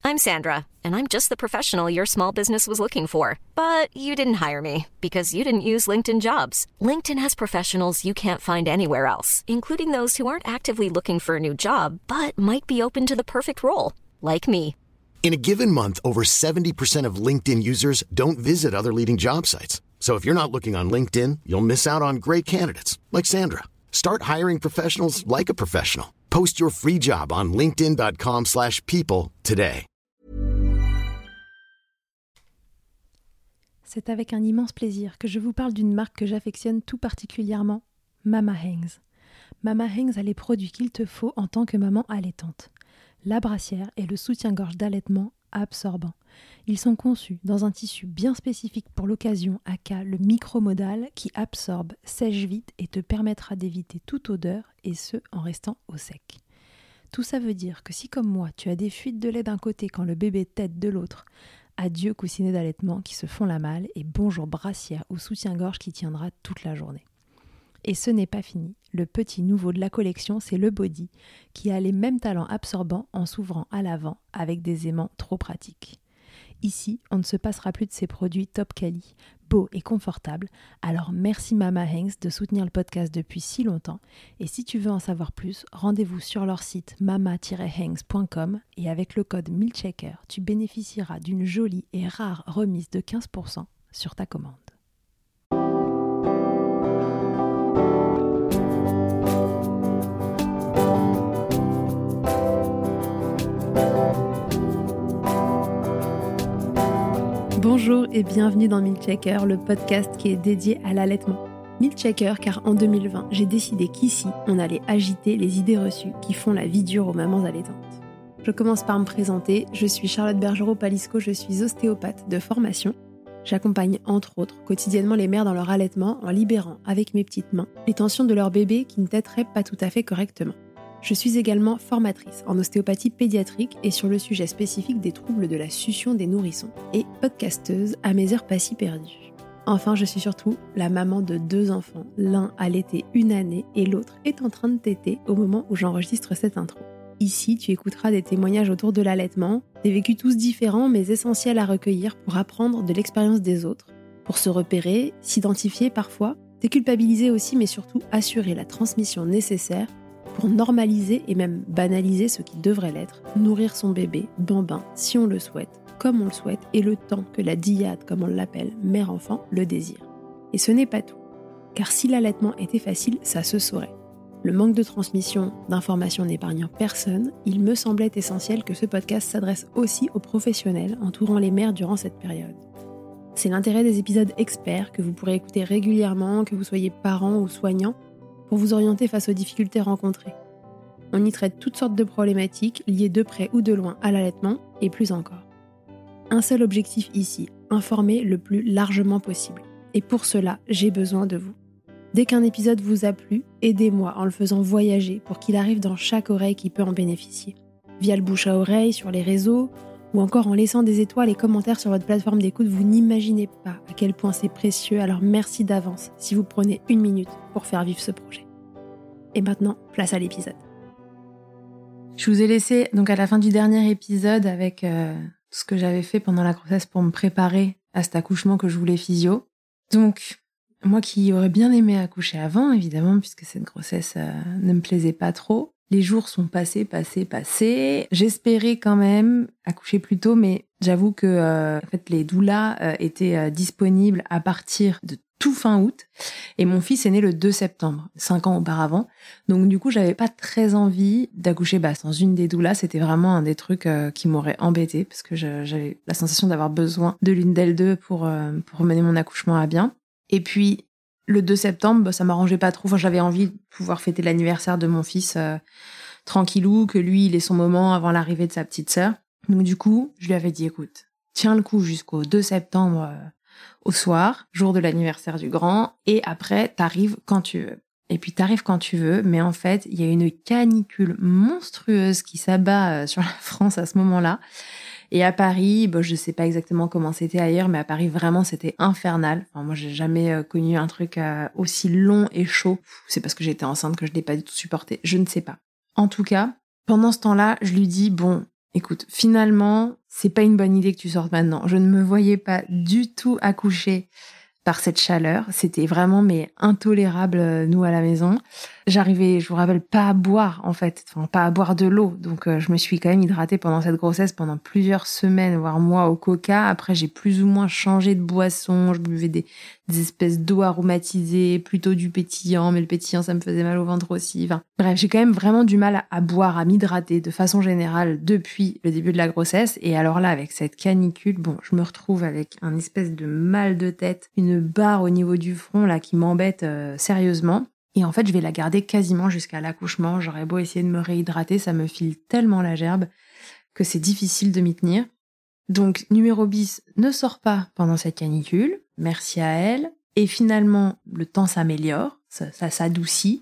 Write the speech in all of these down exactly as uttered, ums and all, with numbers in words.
I'm Sandra, and I'm just the professional your small business was looking for. But you didn't hire me because you didn't use LinkedIn Jobs. LinkedIn has professionals you can't find anywhere else, including those who aren't actively looking for a new job, but might be open to the perfect role, like me. In a given month, over seventy percent of LinkedIn users don't visit other leading job sites. So if you're not looking on LinkedIn, you'll miss out on great candidates like Sandra. Start hiring professionals like a professional. Post your free job on linkedin.com slash people today. C'est avec un immense plaisir que je vous parle d'une marque que j'affectionne tout particulièrement, Mama Hanks. Mama Hanks a les produits qu'il te faut en tant que maman allaitante. La brassière et le soutien-gorge d'allaitement absorbant. Ils sont conçus dans un tissu bien spécifique pour l'occasion, aka le micromodal, qui absorbe, sèche vite et te permettra d'éviter toute odeur, et ce, en restant au sec. Tout ça veut dire que si, comme moi, tu as des fuites de lait d'un côté quand le bébé tète de l'autre, adieu coussinet d'allaitement qui se font la malle et bonjour brassière ou soutien-gorge qui tiendra toute la journée. Et ce n'est pas fini. Le petit nouveau de la collection, c'est le body, qui a les mêmes talents absorbants en s'ouvrant à l'avant avec des aimants trop pratiques. Ici, on ne se passera plus de ces produits top quali, beaux et confortables. Alors merci Mama Hanks de soutenir le podcast depuis si longtemps. Et si tu veux en savoir plus, rendez-vous sur leur site mama tiret hanks point com et avec le code MILCHECKER, tu bénéficieras d'une jolie et rare remise de quinze pour cent sur ta commande. Bonjour et bienvenue dans Milchecker, le podcast qui est dédié à l'allaitement. Milchecker car en deux mille vingt, j'ai décidé qu'ici, on allait agiter les idées reçues qui font la vie dure aux mamans allaitantes. Je commence par me présenter, je suis Charlotte Bergerot-Palisco, je suis ostéopathe de formation. J'accompagne entre autres quotidiennement les mères dans leur allaitement en libérant avec mes petites mains les tensions de leur bébé qui ne téteraient pas tout à fait correctement. Je suis également formatrice en ostéopathie pédiatrique et sur le sujet spécifique des troubles de la succion des nourrissons et podcasteuse à mes heures pas si perdues. Enfin, je suis surtout la maman de deux enfants, l'un allaité une année et l'autre est en train de téter au moment où j'enregistre cette intro. Ici, tu écouteras des témoignages autour de l'allaitement, des vécus tous différents mais essentiels à recueillir pour apprendre de l'expérience des autres, pour se repérer, s'identifier parfois, déculpabiliser aussi mais surtout assurer la transmission nécessaire pour normaliser et même banaliser ce qui devrait l'être, nourrir son bébé, bambin, si on le souhaite, comme on le souhaite, et le temps que la dyade, comme on l'appelle, mère-enfant, le désire. Et ce n'est pas tout, car si l'allaitement était facile, ça se saurait. Le manque de transmission d'informations n'épargnant personne, il me semblait essentiel que ce podcast s'adresse aussi aux professionnels entourant les mères durant cette période. C'est l'intérêt des épisodes experts que vous pourrez écouter régulièrement, que vous soyez parents ou soignants, pour vous orienter face aux difficultés rencontrées. On y traite toutes sortes de problématiques liées de près ou de loin à l'allaitement et plus encore. Un seul objectif ici, informer le plus largement possible. Et pour cela, j'ai besoin de vous. Dès qu'un épisode vous a plu, aidez-moi en le faisant voyager pour qu'il arrive dans chaque oreille qui peut en bénéficier. Via le bouche à oreille, sur les réseaux, ou encore en laissant des étoiles et commentaires sur votre plateforme d'écoute, vous n'imaginez pas à quel point c'est précieux, alors merci d'avance si vous prenez une minute pour faire vivre ce projet. Et maintenant, place à l'épisode. Je vous ai laissé donc à la fin du dernier épisode avec euh, ce que j'avais fait pendant la grossesse pour me préparer à cet accouchement que je voulais physio. Donc, moi qui aurais bien aimé accoucher avant, évidemment, puisque cette grossesse euh, ne me plaisait pas trop, les jours sont passés, passés, passés. J'espérais quand même accoucher plus tôt, mais j'avoue que euh, en fait, les doulas euh, étaient euh, disponibles à partir de tout fin août. Et mon fils est né le deux septembre, cinq ans auparavant. Donc du coup, j'avais pas très envie d'accoucher bah, sans une des doulas. C'était vraiment un des trucs euh, qui m'aurait embêtée parce que je, j'avais la sensation d'avoir besoin de l'une d'elles deux pour, euh, pour mener mon accouchement à bien. Et puis, le deux septembre, bah, ça m'arrangeait pas trop. Enfin, j'avais envie de pouvoir fêter l'anniversaire de mon fils euh, tranquillou, que lui, il ait son moment avant l'arrivée de sa petite sœur. Donc du coup, je lui avais dit, écoute, tiens le coup jusqu'au deux septembre euh, au soir, jour de l'anniversaire du grand, et après, t'arrives quand tu veux. Et puis t'arrives quand tu veux, mais en fait, il y a une canicule monstrueuse qui s'abat euh, sur la France à ce moment-là. Et à Paris, bon, je sais pas exactement comment c'était ailleurs, mais à Paris, vraiment, c'était infernal. Enfin, moi, j'ai jamais euh, connu un truc euh, aussi long et chaud. C'est parce que j'étais enceinte que je l'ai pas du tout supporté. Je ne sais pas. En tout cas, pendant ce temps-là, je lui dis, bon, Écoute, finalement, c'est pas une bonne idée que tu sortes maintenant. Je ne me voyais pas du tout accoucher par cette chaleur. C'était vraiment mais intolérable, nous, à la maison. J'arrivais, je vous rappelle, pas à boire, en fait. Enfin, pas à boire de l'eau. Donc, euh, je me suis quand même hydratée pendant cette grossesse pendant plusieurs semaines, voire mois au coca. Après, j'ai plus ou moins changé de boisson. Je buvais des, des espèces d'eau aromatisée, plutôt du pétillant. Mais le pétillant, ça me faisait mal au ventre aussi. Enfin, bref, j'ai quand même vraiment du mal à, à boire, à m'hydrater de façon générale depuis le début de la grossesse. Et alors là, avec cette canicule, bon, je me retrouve avec un espèce de mal de tête, une barre au niveau du front, là, qui m'embête euh, sérieusement. Et en fait, je vais la garder quasiment jusqu'à l'accouchement. J'aurais beau essayer de me réhydrater, ça me file tellement la gerbe que c'est difficile de m'y tenir. Donc, numéro bis ne sort pas pendant cette canicule. Merci à elle. Et finalement, le temps s'améliore, ça, ça s'adoucit.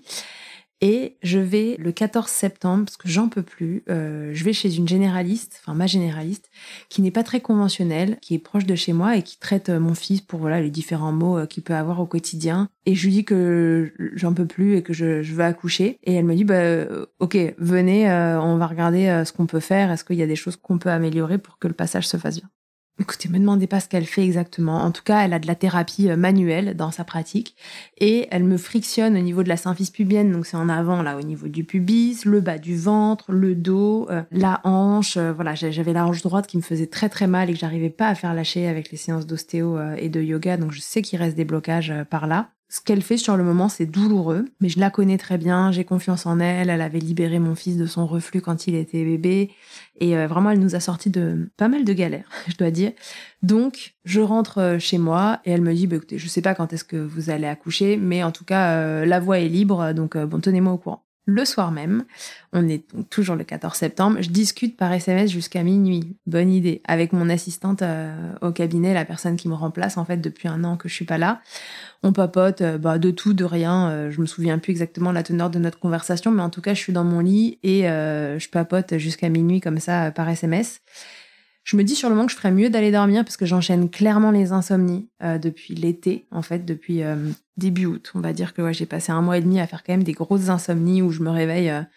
Et je vais le quatorze septembre, parce que j'en peux plus, euh, je vais chez une généraliste, enfin ma généraliste, qui n'est pas très conventionnelle, qui est proche de chez moi et qui traite mon fils pour voilà les différents maux qu'il peut avoir au quotidien. Et je lui dis que j'en peux plus et que je, je veux accoucher. Et elle me dit, bah ok, venez, euh, on va regarder euh, ce qu'on peut faire. Est-ce qu'il y a des choses qu'on peut améliorer pour que le passage se fasse bien? Écoutez, me demandez pas ce qu'elle fait exactement. En tout cas, elle a de la thérapie manuelle dans sa pratique et elle me frictionne au niveau de la symphyse pubienne, donc c'est en avant là au niveau du pubis, le bas du ventre, le dos, euh, la hanche. Euh, voilà, j'avais la hanche droite qui me faisait très très mal et que j'arrivais pas à faire lâcher avec les séances d'ostéo euh, et de yoga, donc je sais qu'il reste des blocages euh, par là. Ce qu'elle fait sur le moment, c'est douloureux, mais je la connais très bien, j'ai confiance en elle, elle avait libéré mon fils de son reflux quand il était bébé, et euh, vraiment, elle nous a sorti de pas mal de galères, je dois dire. Donc, je rentre chez moi, et elle me dit, bah, écoutez, je sais pas quand est-ce que vous allez accoucher, mais en tout cas, euh, la voie est libre, donc euh, bon, tenez-moi au courant. Le soir même, on est donc toujours le quatorze septembre, je discute par S M S jusqu'à minuit. Bonne idée. Avec mon assistante euh, au cabinet, la personne qui me remplace en fait depuis un an que je suis pas là. On papote euh, bah, de tout, de rien. Euh, je me souviens plus exactement la teneur de notre conversation, mais en tout cas, je suis dans mon lit et euh, je papote jusqu'à minuit comme ça euh, par S M S. Je me dis sur le moment que je ferais mieux d'aller dormir parce que j'enchaîne clairement les insomnies euh, depuis l'été, en fait, depuis euh, début août. On va dire que ouais, j'ai passé un mois et demi à faire quand même des grosses insomnies où je me réveille euh,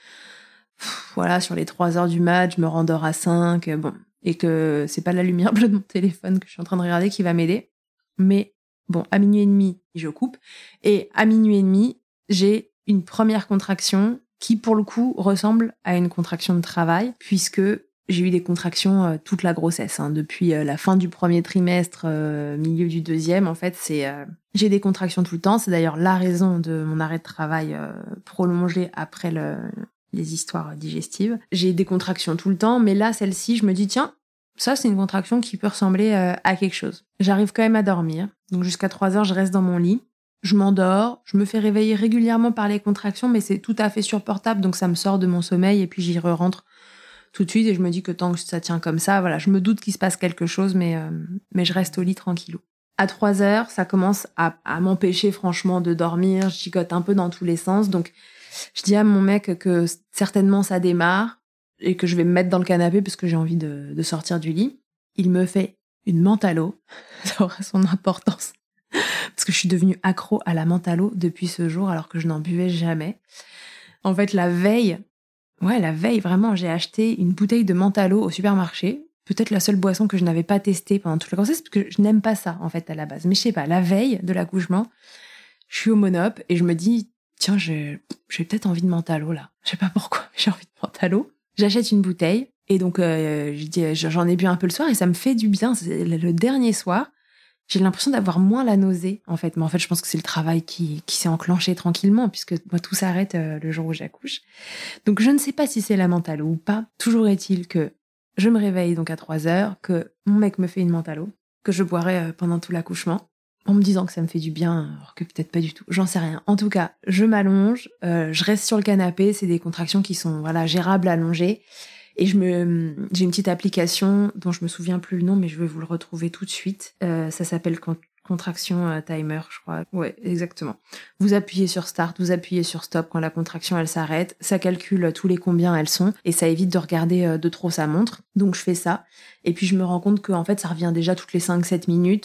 pff, voilà, sur les trois heures du mat, je me rendors à cinq, euh, bon, et que c'est pas la lumière bleue de mon téléphone que je suis en train de regarder qui va m'aider. Mais bon, à minuit et demi, je coupe. Et à minuit et demi, j'ai une première contraction qui, pour le coup, ressemble à une contraction de travail puisque j'ai eu des contractions euh, toute la grossesse, hein, depuis euh, la fin du premier trimestre, euh, milieu du deuxième. En fait, c'est euh, j'ai des contractions tout le temps. C'est d'ailleurs la raison de mon arrêt de travail euh, prolongé après le, les histoires digestives. J'ai des contractions tout le temps, mais là, celle-ci, je me dis tiens, ça, c'est une contraction qui peut ressembler euh, à quelque chose. J'arrive quand même à dormir. Donc jusqu'à trois heures, je reste dans mon lit. Je m'endors. Je me fais réveiller régulièrement par les contractions, mais c'est tout à fait supportable. Donc ça me sort de mon sommeil et puis j'y re-rentre tout de suite et je me dis que tant que ça tient comme ça, voilà, je me doute qu'il se passe quelque chose, mais, euh, mais je reste au lit tranquillou. À trois heures, ça commence à, à m'empêcher franchement de dormir, je gigote un peu dans tous les sens, donc je dis à mon mec que certainement ça démarre et que je vais me mettre dans le canapé parce que j'ai envie de, de sortir du lit. Il me fait une menthe à l'eau, ça aura son importance, parce que je suis devenue accro à la menthe à l'eau depuis ce jour alors que je n'en buvais jamais. En fait, la veille, Ouais, la veille, vraiment, j'ai acheté une bouteille de menthe à l'eau au supermarché. Peut-être la seule boisson que je n'avais pas testée pendant toute la grossesse, parce que je n'aime pas ça, en fait, à la base. Mais je sais pas, la veille de l'accouchement, je suis au Monop et je me dis, tiens, j'ai, j'ai peut-être envie de menthe à l'eau, là. Je sais pas pourquoi, j'ai envie de menthe à l'eau. J'achète une bouteille et donc, euh, je dis, j'en ai bu un peu le soir et ça me fait du bien. C'est le dernier soir. J'ai l'impression d'avoir moins la nausée, en fait. Mais en fait, je pense que c'est le travail qui, qui s'est enclenché tranquillement, puisque moi, tout s'arrête euh, le jour où j'accouche. Donc, je ne sais pas si c'est la menthe à l'eau ou pas. Toujours est-il que je me réveille donc à trois heures, que mon mec me fait une menthe à l'eau, que je boirai euh, pendant tout l'accouchement, en me disant que ça me fait du bien, alors que peut-être pas du tout. J'en sais rien. En tout cas, je m'allonge, euh, je reste sur le canapé. C'est des contractions qui sont, voilà, gérables allongées. Et je me, j'ai une petite application dont je me souviens plus le nom, mais je vais vous le retrouver tout de suite. Euh, ça s'appelle Con- Contraction euh, Timer, je crois. Ouais, exactement. Vous appuyez sur Start, vous appuyez sur Stop quand la contraction elle s'arrête. Ça calcule tous les combien elles sont et ça évite de regarder euh, de trop sa montre. Donc je fais ça. Et puis je me rends compte que en fait ça revient déjà toutes les cinq sept minutes.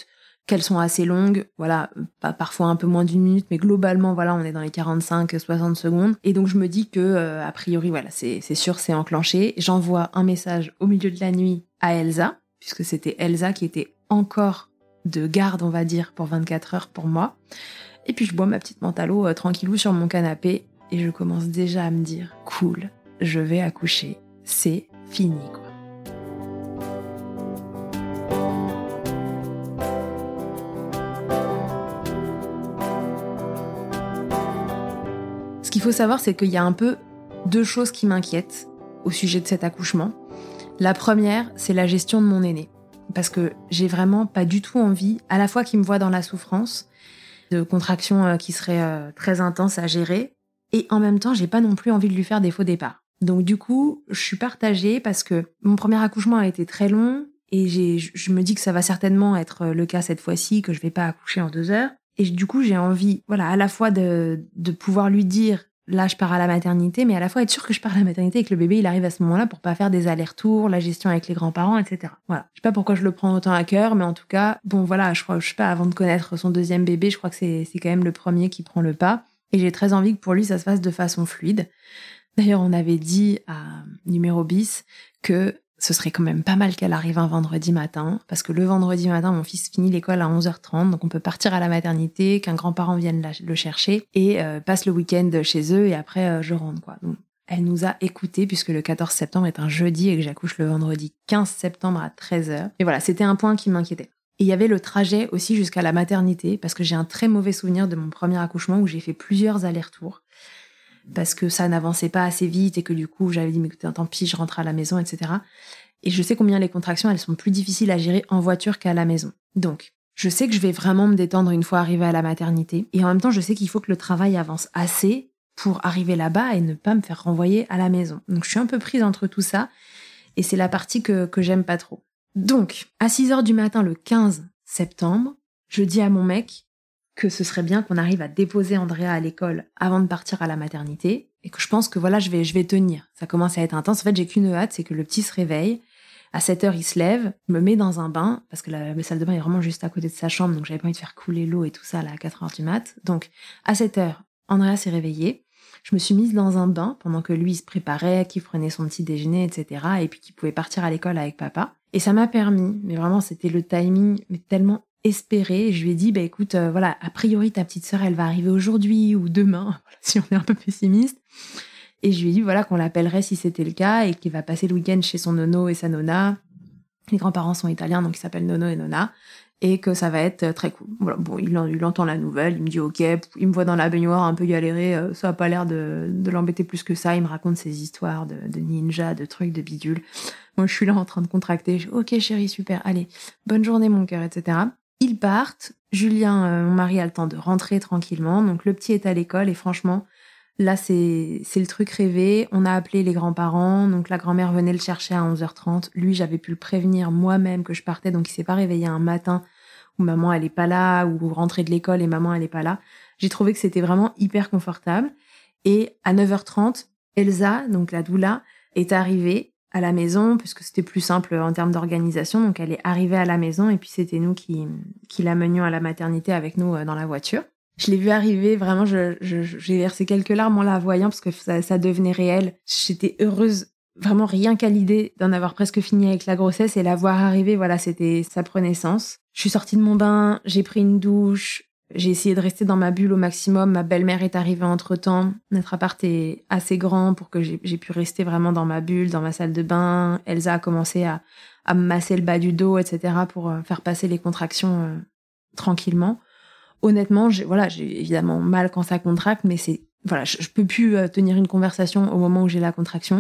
qu'elles sont assez longues, voilà, pas parfois un peu moins d'une minute, mais globalement, voilà, on est dans les quarante-cinq à soixante secondes. Et donc, je me dis que, euh, a priori, voilà, c'est, c'est sûr, c'est enclenché. J'envoie un message au milieu de la nuit à Elsa, puisque c'était Elsa qui était encore de garde, on va dire, pour vingt-quatre heures pour moi. Et puis, je bois ma petite mentalo euh, tranquillou sur mon canapé, et je commence déjà à me dire, cool, je vais accoucher, c'est fini, quoi. Ce qu'il faut savoir, c'est qu'il y a un peu deux choses qui m'inquiètent au sujet de cet accouchement. La première, c'est la gestion de mon aîné. Parce que j'ai vraiment pas du tout envie, à la fois qu'il me voit dans la souffrance, de contractions qui seraient très intenses à gérer, et en même temps, j'ai pas non plus envie de lui faire des faux départs. Donc du coup, je suis partagée parce que mon premier accouchement a été très long, et j'ai, je me dis que ça va certainement être le cas cette fois-ci, que je vais pas accoucher en deux heures. Et du coup, j'ai envie, voilà, à la fois de, de pouvoir lui dire, là, je pars à la maternité, mais à la fois être sûre que je pars à la maternité et que le bébé, il arrive à ce moment-là pour pas faire des allers-retours, la gestion avec les grands-parents, et cetera. Voilà. Je sais pas pourquoi je le prends autant à cœur, mais en tout cas, bon, voilà, je crois, je sais pas, avant de connaître son deuxième bébé, je crois que c'est, c'est quand même le premier qui prend le pas. Et j'ai très envie que pour lui, ça se fasse de façon fluide. D'ailleurs, on avait dit à Numéro Bis que ce serait quand même pas mal qu'elle arrive un vendredi matin, parce que le vendredi matin, mon fils finit l'école à onze heures trente, donc on peut partir à la maternité, qu'un grand-parent vienne la, le chercher, et euh, passe le week-end chez eux, et après, euh, je rentre, quoi. Donc, elle nous a écoutés, puisque le quatorze septembre est un jeudi, et que j'accouche le vendredi quinze septembre à treize heures. Et voilà, c'était un point qui m'inquiétait. Et il y avait le trajet aussi jusqu'à la maternité, parce que j'ai un très mauvais souvenir de mon premier accouchement, où j'ai fait plusieurs allers-retours, parce que ça n'avançait pas assez vite et que du coup, j'avais dit, mais écoutez, tant pis, je rentre à la maison, et cetera. Et je sais combien les contractions, elles sont plus difficiles à gérer en voiture qu'à la maison. Donc, je sais que je vais vraiment me détendre une fois arrivée à la maternité. Et en même temps, je sais qu'il faut que le travail avance assez pour arriver là-bas et ne pas me faire renvoyer à la maison. Donc, je suis un peu prise entre tout ça. Et c'est la partie que, que j'aime pas trop. Donc, à six heures du matin, le quinze septembre, je dis à mon mec que ce serait bien qu'on arrive à déposer Andrea à l'école avant de partir à la maternité, et que je pense que voilà, je vais, je vais tenir. Ça commence à être intense. En fait, j'ai qu'une hâte, c'est que le petit se réveille. À sept heures, il se lève, me met dans un bain, parce que la, la salle de bain est vraiment juste à côté de sa chambre, donc j'avais pas envie de faire couler l'eau et tout ça là, à quatre heures du mat. Donc, à sept heures, Andrea s'est réveillée. Je me suis mise dans un bain pendant que lui il se préparait, qu'il prenait son petit déjeuner, et cetera. Et puis qu'il pouvait partir à l'école avec papa. Et ça m'a permis, mais vraiment c'était le timing, mais tellement espéré. Je lui ai dit, bah écoute, euh, voilà, a priori ta petite sœur elle va arriver aujourd'hui ou demain, voilà, si on est un peu pessimiste. Et je lui ai dit voilà qu'on l'appellerait si c'était le cas et qu'il va passer le week-end chez son nono et sa nona. Les grands-parents sont italiens donc ils s'appellent Nono et Nona. Et que ça va être très cool. Voilà, bon, il, il entend la nouvelle, il me dit ok, il me voit dans la baignoire un peu galérer, euh, ça a pas l'air de, de l'embêter plus que ça, il me raconte ses histoires de, de ninja, de trucs, de bidules. Moi je suis là en train de contracter, je dis ok chérie, super, allez, bonne journée mon cœur, et cetera. Ils partent, Julien, euh, mon mari, a le temps de rentrer tranquillement, donc le petit est à l'école et franchement, là c'est, c'est le truc rêvé. On a appelé les grands-parents, donc la grand-mère venait le chercher à onze heures trente. Lui, j'avais pu le prévenir moi-même que je partais, donc il s'est pas réveillé un matin où maman elle est pas là, ou rentrer de l'école et maman elle est pas là. J'ai trouvé que c'était vraiment hyper confortable. Et à neuf heures trente, Elsa, donc la doula, est arrivée à la maison, puisque c'était plus simple en termes d'organisation, donc elle est arrivée à la maison et puis c'était nous qui, qui l'amenions à la maternité avec nous dans la voiture. Je l'ai vue arriver, vraiment, je, je, j'ai versé quelques larmes en la voyant parce que ça, ça devenait réel. J'étais heureuse, vraiment rien qu'à l'idée d'en avoir presque fini avec la grossesse et la voir arriver, voilà, c'était, ça prenait sens. Je suis sortie de mon bain, j'ai pris une douche, j'ai essayé de rester dans ma bulle au maximum. Ma belle-mère est arrivée entre-temps. Notre appart est assez grand pour que j'ai, j'ai pu rester vraiment dans ma bulle, dans ma salle de bain. Elsa a commencé à, à me masser le bas du dos, et cetera pour faire passer les contractions euh, tranquillement. Honnêtement, j'ai, voilà, j'ai évidemment mal quand ça contracte, mais c'est, voilà, je, je peux plus euh, tenir une conversation au moment où j'ai la contraction.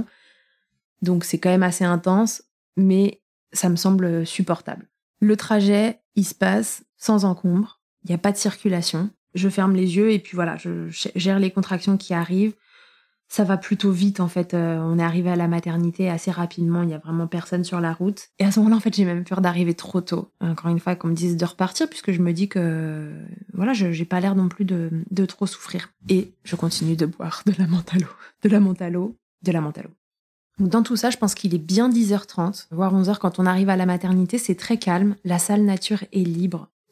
Donc c'est quand même assez intense, mais ça me semble supportable. Le trajet, il se passe sans encombre. Il n'y a pas de circulation. Je ferme les yeux et puis voilà, je gère les contractions qui arrivent. Ça va plutôt vite en fait. Euh, on est arrivé à la maternité assez rapidement. Il n'y a vraiment personne sur la route. Et à ce moment-là, en fait, j'ai même peur d'arriver trop tôt. Encore une fois, qu'on me dise de repartir puisque je me dis que voilà, je j'ai pas l'air non plus de, de trop souffrir. Et je continue de boire de la mentalo, de la mentalo, de la mentalo. Donc dans tout ça, je pense qu'il est bien dix heures trente, voire onze heures quand on arrive à la maternité. C'est très calme. La salle nature est libre.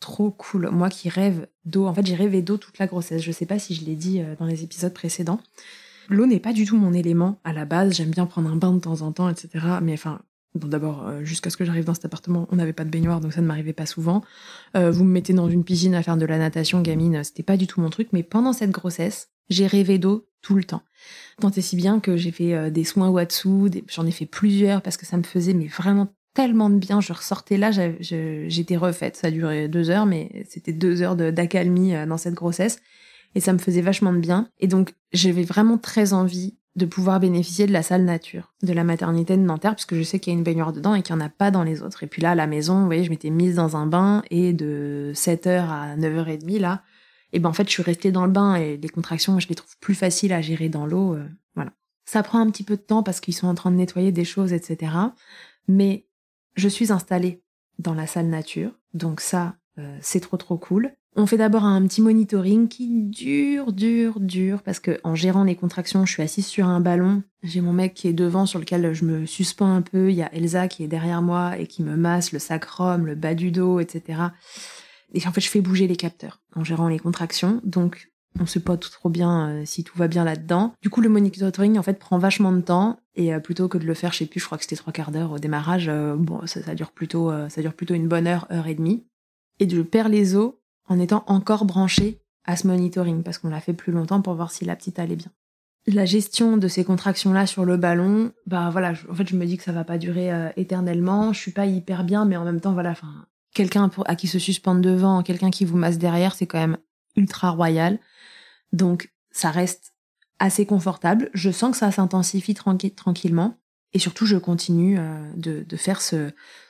trop cool. Moi qui rêve d'eau, en fait j'ai rêvé d'eau toute la grossesse. Je sais pas si je l'ai dit dans les épisodes précédents. L'eau n'est pas du tout mon élément à la base. J'aime bien prendre un bain de temps en temps, et cetera. Mais enfin, bon, d'abord, euh, jusqu'à ce que j'arrive dans cet appartement, on n'avait pas de baignoire, donc ça ne m'arrivait pas souvent. Euh, vous me mettez dans une piscine à faire de la natation, gamine, c'était pas du tout mon truc. Mais pendant cette grossesse, j'ai rêvé d'eau tout le temps. Tant et si bien que j'ai fait euh, des soins Watsu, des... j'en ai fait plusieurs parce que ça me faisait mais vraiment tellement de bien. Je ressortais là, je... j'étais refaite. Ça a duré deux heures, mais c'était deux heures de... d'accalmie euh, dans cette grossesse. Et ça me faisait vachement de bien. Et donc, j'avais vraiment très envie de pouvoir bénéficier de la salle nature, de la maternité de Nanterre, puisque je sais qu'il y a une baignoire dedans et qu'il n'y en a pas dans les autres. Et puis là, à la maison, vous voyez, je m'étais mise dans un bain et de sept heures à neuf heures trente, là, et ben en fait, je suis restée dans le bain et les contractions, je les trouve plus faciles à gérer dans l'eau. Euh, voilà. Ça prend un petit peu de temps parce qu'ils sont en train de nettoyer des choses, et cetera. Mais je suis installée dans la salle nature, donc ça, euh, c'est trop trop cool. On fait d'abord un petit monitoring qui dure, dure, dure, parce que en gérant les contractions, je suis assise sur un ballon. J'ai mon mec qui est devant, sur lequel je me suspends un peu. Il y a Elsa qui est derrière moi et qui me masse le sacrum, le bas du dos, et cetera. Et en fait, je fais bouger les capteurs en gérant les contractions. Donc, on sait pas tout trop bien euh, si tout va bien là-dedans. Du coup, le monitoring, en fait, prend vachement de temps. Et euh, plutôt que de le faire, je sais plus, je crois que c'était trois quarts d'heure au démarrage, euh, bon, ça, ça dure plutôt, euh, ça dure plutôt une bonne heure, heure et demie. Et je perds les os en étant encore branchée à ce monitoring, parce qu'on l'a fait plus longtemps pour voir si la petite allait bien. La gestion de ces contractions-là sur le ballon, bah voilà, je, en fait, je me dis que ça va pas durer euh, éternellement. Je suis pas hyper bien, mais en même temps, voilà, enfin, quelqu'un pour, à qui se suspendre devant, quelqu'un qui vous masse derrière, c'est quand même ultra royal. Donc, ça reste assez confortable. Je sens que ça s'intensifie tranqui- tranquillement. Et surtout, je continue euh, de, de faire ce...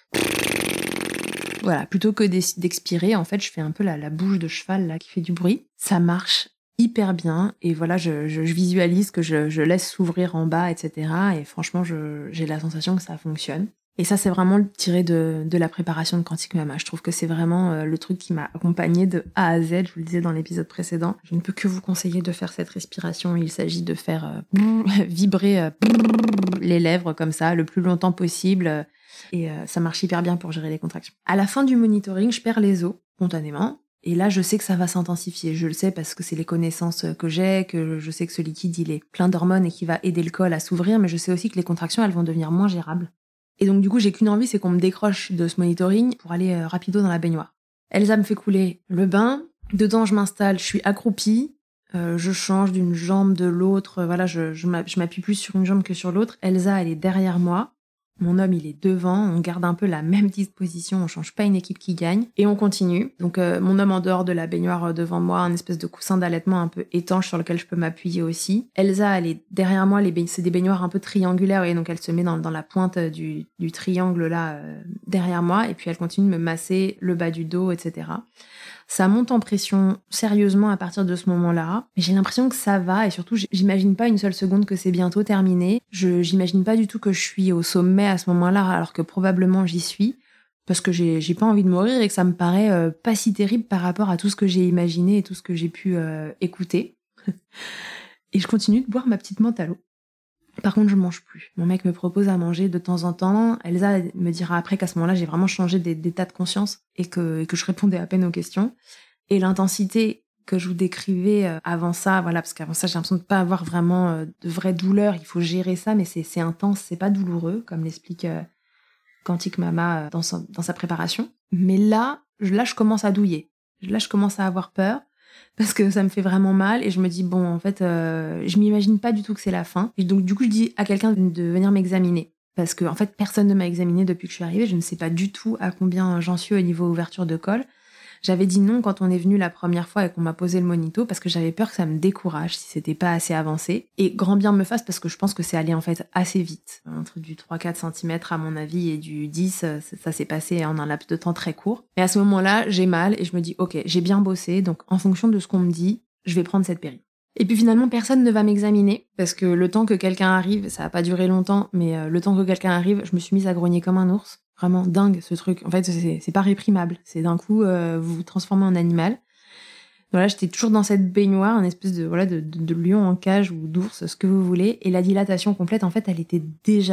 Voilà, plutôt que d'expirer, en fait, je fais un peu la, la bouche de cheval là qui fait du bruit. Ça marche hyper bien. Et voilà, je, je, je visualise que je, je laisse s'ouvrir en bas, et cetera. Et franchement, je, j'ai la sensation que ça fonctionne. Et ça, c'est vraiment le tiré de, de la préparation de Quantique Mama. Je trouve que c'est vraiment euh, le truc qui m'a accompagnée de A à Z. Je vous le disais dans l'épisode précédent. Je ne peux que vous conseiller de faire cette respiration. Il s'agit de faire euh, vibrer euh, les lèvres comme ça le plus longtemps possible. Et euh, ça marche hyper bien pour gérer les contractions. À la fin du monitoring, je perds les os spontanément. Et là, je sais que ça va s'intensifier. Je le sais parce que c'est les connaissances que j'ai, que je sais que ce liquide, il est plein d'hormones et qui va aider le col à s'ouvrir. Mais je sais aussi que les contractions, elles vont devenir moins gérables. Et donc, du coup, j'ai qu'une envie, c'est qu'on me décroche de ce monitoring pour aller euh, rapido dans la baignoire. Elsa me fait couler le bain. Dedans, je m'installe, je suis accroupie. Euh, je change d'une jambe de l'autre. Voilà, je, je m'appuie plus sur une jambe que sur l'autre. Elsa, elle est derrière moi. Mon homme, il est devant, on garde un peu la même disposition, on change pas une équipe qui gagne, et on continue. Donc euh, mon homme en dehors de la baignoire euh, devant moi, un espèce de coussin d'allaitement un peu étanche sur lequel je peux m'appuyer aussi. Elsa, elle est derrière moi, les ba- c'est des baignoires un peu triangulaires, et donc elle se met dans, dans la pointe du, du triangle là, euh, derrière moi, et puis elle continue de me masser le bas du dos, et cetera. Ça monte en pression sérieusement à partir de ce moment-là. Mais j'ai l'impression que ça va et surtout, j'imagine pas une seule seconde que c'est bientôt terminé. Je, j'imagine pas du tout que je suis au sommet à ce moment-là alors que probablement j'y suis parce que j'ai, j'ai pas envie de mourir et que ça me paraît euh, pas si terrible par rapport à tout ce que j'ai imaginé et tout ce que j'ai pu euh, écouter. Et je continue de boire ma petite menthe à l'eau. Par contre, je mange plus. Mon mec me propose à manger de temps en temps. Elsa me dira après qu'à ce moment-là, j'ai vraiment changé d'état de conscience et que, et que je répondais à peine aux questions. Et l'intensité que je vous décrivais avant ça, voilà, parce qu'avant ça, j'ai l'impression de pas avoir vraiment de vraie douleur. Il faut gérer ça, mais c'est, c'est intense, c'est pas douloureux, comme l'explique euh, Quantique Mama dans, son, dans sa préparation. Mais là, je, là, je commence à douiller. Là, je commence à avoir peur. Parce que ça me fait vraiment mal et je me dis bon en fait euh, je m'imagine pas du tout que c'est la fin et donc du coup je dis à quelqu'un de venir m'examiner parce que en fait personne ne m'a examiné depuis que je suis arrivée, je ne sais pas du tout à combien j'en suis au niveau ouverture de col. J'avais dit non quand on est venu la première fois et qu'on m'a posé le monito parce que j'avais peur que ça me décourage si c'était pas assez avancé. Et grand bien me fasse parce que je pense que c'est allé en fait assez vite. Entre du trois à quatre centimètres à mon avis et du dix, ça, ça s'est passé en un laps de temps très court. Et à ce moment-là, j'ai mal et je me dis ok, j'ai bien bossé, donc en fonction de ce qu'on me dit, je vais prendre cette péri. Et puis finalement, personne ne va m'examiner parce que le temps que quelqu'un arrive, ça a pas duré longtemps, mais euh, le temps que quelqu'un arrive, je me suis mise à grogner comme un ours. Vraiment dingue ce truc. En fait, c'est, c'est pas réprimable. C'est d'un coup, euh, vous vous transformez en animal. Voilà, j'étais toujours dans cette baignoire, une espèce de voilà de, de, de lion en cage ou d'ours, ce que vous voulez. Et la dilatation complète, en fait, elle était déjà là.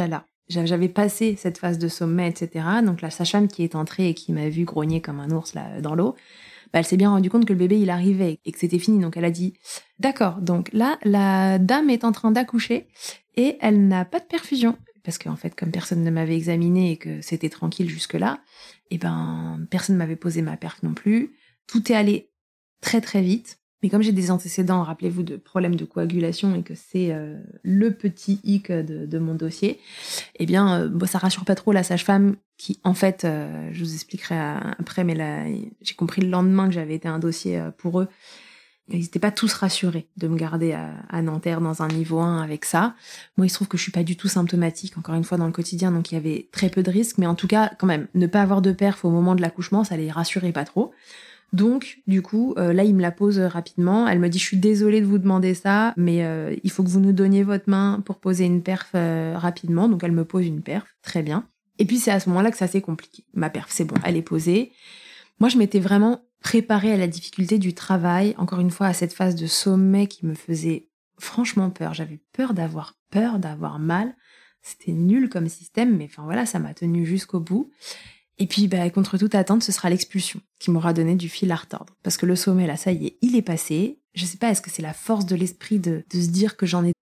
j'avais passé cette phase de sommet, et cetera. Donc la sage-femme qui est entrée et qui m'a vu grogner comme un ours là dans l'eau, bah, elle s'est bien rendue compte que le bébé il arrivait et que c'était fini. Donc elle a dit d'accord, donc là la dame est en train d'accoucher et elle n'a pas de perfusion. Parce qu'en fait, comme personne ne m'avait examiné et que c'était tranquille jusque-là, et ben personne ne m'avait posé ma perf non plus. Tout est allé très très vite. Mais comme j'ai des antécédents, rappelez-vous, de problèmes de coagulation et que c'est euh, le petit hic de, de mon dossier, eh bien, euh, bon, ça rassure pas trop la sage-femme qui, en fait, euh, je vous expliquerai après, mais là, j'ai compris le lendemain que j'avais été un dossier pour eux. Ils n'étaient pas tous rassurés de me garder à, à Nanterre dans un niveau un avec ça. Moi, il se trouve que je suis pas du tout symptomatique, encore une fois, dans le quotidien, donc il y avait très peu de risques. Mais en tout cas, quand même, ne pas avoir de perf au moment de l'accouchement, ça les rassurait pas trop. Donc, du coup, euh, là, il me la pose rapidement. Elle me dit, je suis désolée de vous demander ça, mais euh, il faut que vous nous donniez votre main pour poser une perf euh, rapidement. Donc, elle me pose une perf, très bien. Et puis, c'est à ce moment-là que ça s'est compliqué. Ma perf, c'est bon, elle est posée. Moi, je m'étais vraiment préparée à la difficulté du travail, encore une fois, à cette phase de sommet qui me faisait franchement peur. J'avais peur d'avoir peur, d'avoir mal. C'était nul comme système, mais enfin voilà, ça m'a tenue jusqu'au bout. Et puis, bah, contre toute attente, ce sera l'expulsion qui m'aura donné du fil à retordre. Parce que le sommet, là, ça y est, il est passé. Je sais pas, est-ce que c'est la force de l'esprit de, de se dire que j'en ai...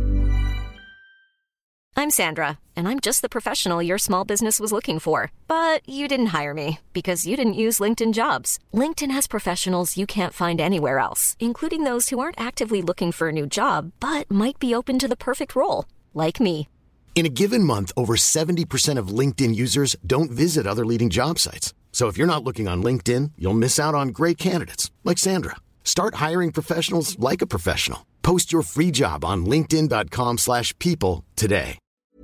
I'm Sandra, and I'm just the professional your small business was looking for. But you didn't hire me, because you didn't use LinkedIn Jobs. LinkedIn has professionals you can't find anywhere else, including those who aren't actively looking for a new job, but might be open to the perfect role, like me. In a given month, over seventy percent of LinkedIn users don't visit other leading job sites. So if you're not looking on LinkedIn, you'll miss out on great candidates like Sandra. Start hiring professionals like a professional. Post your free job on linkedin.com slash people today.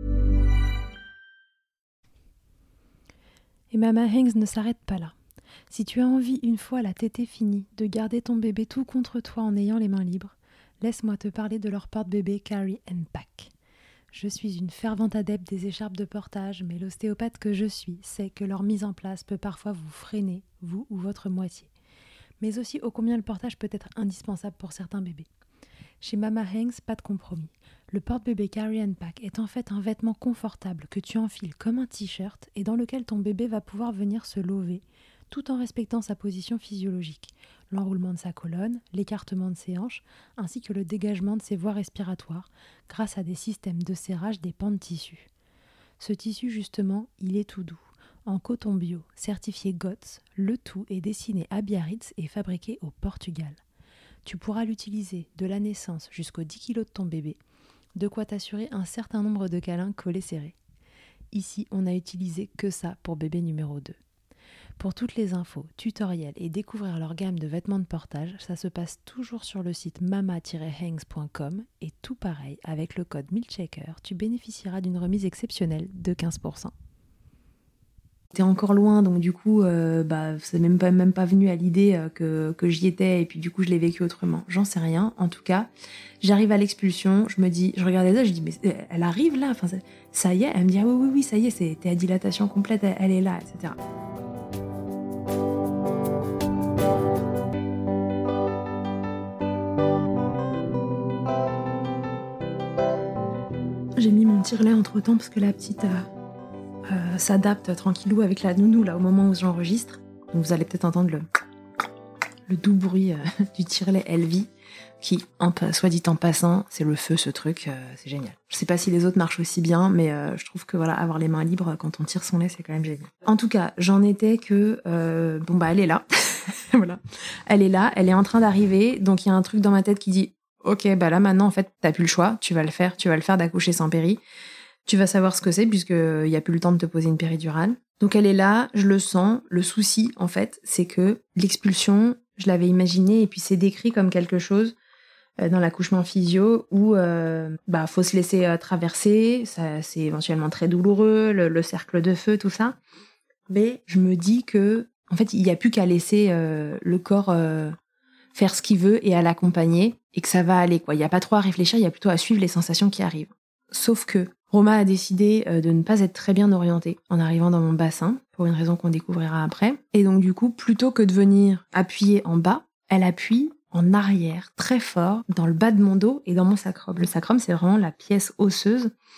Et Mama Hanks ne s'arrête pas là. Si tu as envie, une fois la tétée finie, de garder ton bébé tout contre toi en ayant les mains libres, laisse-moi te parler de leur porte-bébé Carry and Pack. Je suis une fervente adepte des écharpes de portage, mais l'ostéopathe que je suis sait que leur mise en place peut parfois vous freiner, vous ou votre moitié. Mais aussi ô combien le portage peut être indispensable pour certains bébés. Chez Mama Hanks, pas de compromis. Le porte-bébé Carry and Pack est en fait un vêtement confortable que tu enfiles comme un t-shirt et dans lequel ton bébé va pouvoir venir se lever, tout en respectant sa position physiologique, l'enroulement de sa colonne, l'écartement de ses hanches, ainsi que le dégagement de ses voies respiratoires, grâce à des systèmes de serrage des pans de tissu. Ce tissu, justement, il est tout doux. En coton bio, certifié G O T S, le tout est dessiné à Biarritz et fabriqué au Portugal. Tu pourras l'utiliser de la naissance jusqu'aux dix kilos de ton bébé, de quoi t'assurer un certain nombre de câlins collés serrés. Ici, on n'a utilisé que ça pour bébé numéro deux. Pour toutes les infos, tutoriels et découvrir leur gamme de vêtements de portage, ça se passe toujours sur le site mama tiret hanks point com et tout pareil, avec le code MILCHECKER, tu bénéficieras d'une remise exceptionnelle de quinze pour cent. T'es encore loin, donc du coup, euh, bah, c'est même pas, même pas venu à l'idée euh, que, que j'y étais, et puis du coup, je l'ai vécu autrement. J'en sais rien. En tout cas, j'arrive à l'expulsion, je me dis, je regarde les autres, je dis, mais elle arrive là, enfin, ça, ça y est. Elle me dit, ah oui, oui, oui, ça y est, c'est, t'es à dilatation complète, elle, elle est là, et cetera. J'ai mis mon tire-lait entre-temps parce que la petite... Euh... Euh, s'adapte tranquillou avec la nounou là au moment où j'enregistre. Donc vous allez peut-être entendre le, le doux bruit euh, du tire-lait Elvie qui, en, soit dit en passant, c'est le feu ce truc, euh, c'est génial. Je sais pas si les autres marchent aussi bien, mais euh, je trouve que voilà, avoir les mains libres quand on tire son lait, c'est quand même génial. En tout cas, j'en étais que euh, bon bah elle est là, voilà, elle est là, elle est en train d'arriver, donc il y a un truc dans ma tête qui dit ok bah là maintenant en fait t'as plus le choix, tu vas le faire, tu vas le faire d'accoucher sans péri. Tu vas savoir ce que c'est puisqu'il n'y a plus le temps de te poser une péridurale. Donc elle est là, je le sens. Le souci, en fait, c'est que l'expulsion, je l'avais imaginé et puis c'est décrit comme quelque chose euh, dans l'accouchement physio où euh, bah faut se laisser euh, traverser, ça, c'est éventuellement très douloureux, le, le cercle de feu, tout ça. Mais je me dis que, en fait, il n'y a plus qu'à laisser euh, le corps euh, faire ce qu'il veut et à l'accompagner et que ça va aller, quoi. Il n'y a pas trop à réfléchir, il y a plutôt à suivre les sensations qui arrivent. Sauf que Roma a décidé de ne pas être très bien orientée en arrivant dans mon bassin, pour une raison qu'on découvrira après. Et donc du coup, plutôt que de venir appuyer en bas, elle appuie en arrière, très fort, dans le bas de mon dos et dans mon sacrum. Le sacrum, c'est vraiment la pièce osseuse,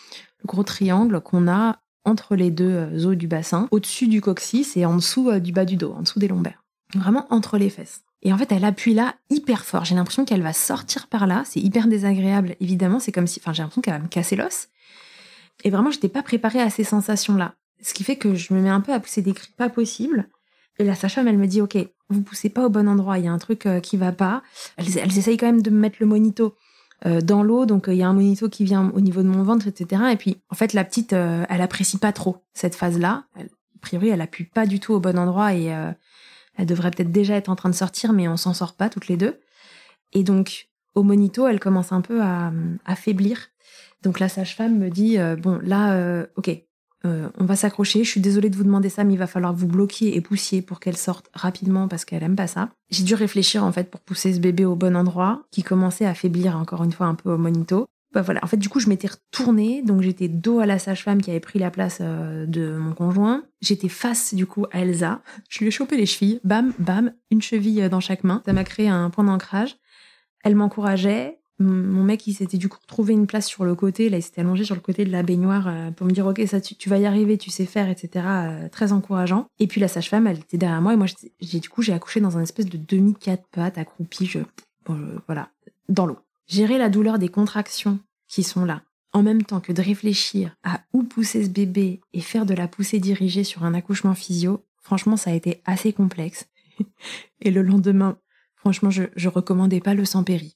le gros triangle qu'on a entre les deux os du bassin, au-dessus du coccyx et en dessous du bas du dos, en dessous des lombaires. Vraiment entre les fesses. Et en fait, elle appuie là hyper fort. J'ai l'impression qu'elle va sortir par là. C'est hyper désagréable, évidemment. C'est comme si... Enfin, j'ai l'impression qu'elle va me casser l'os. Et vraiment, je n'étais pas préparée à ces sensations-là. Ce qui fait que je me mets un peu à pousser des cris pas possibles. Et la sage-femme, elle me dit, OK, vous poussez pas au bon endroit. Il y a un truc euh, qui va pas. Elles, elles essayent quand même de me mettre le monito euh, dans l'eau. Donc, il euh, y a un monito qui vient au niveau de mon ventre, et cetera. Et puis, en fait, la petite, euh, elle apprécie pas trop cette phase-là. Elle, a priori, elle appuie pas du tout au bon endroit et... Euh, Elle devrait peut-être déjà être en train de sortir, mais on s'en sort pas toutes les deux. Et donc, au monito, elle commence un peu à, à faiblir. Donc la sage-femme me dit, euh, bon, là, euh, ok, euh, on va s'accrocher. Je suis désolée de vous demander ça, mais il va falloir que vous bloquiez et poussiez pour qu'elle sorte rapidement parce qu'elle aime pas ça. J'ai dû réfléchir, en fait, pour pousser ce bébé au bon endroit, qui commençait à faiblir encore une fois un peu au monito. Bah voilà, en fait, du coup, je m'étais retournée, donc j'étais dos à la sage-femme qui avait pris la place euh, de mon conjoint. J'étais face, du coup, à Elsa. Je lui ai chopé les chevilles, bam, bam, une cheville dans chaque main. Ça m'a créé un point d'ancrage. Elle m'encourageait. Mon mec, il s'était du coup retrouvé une place sur le côté. Là, il s'était allongé sur le côté de la baignoire euh, pour me dire, OK, ça, tu, tu vas y arriver, tu sais faire, et cetera. Euh, très encourageant. Et puis la sage-femme, elle était derrière moi. Et moi, j'ai, du coup, j'ai accouché dans un espèce de demi-quatre pattes, accroupi, je, bon, je, voilà, dans l'eau. Gérer la douleur des contractions qui sont là, en même temps que de réfléchir à où pousser ce bébé et faire de la poussée dirigée sur un accouchement physio, franchement, ça a été assez complexe. Et le lendemain, franchement, je, je recommandais pas le sans-péri.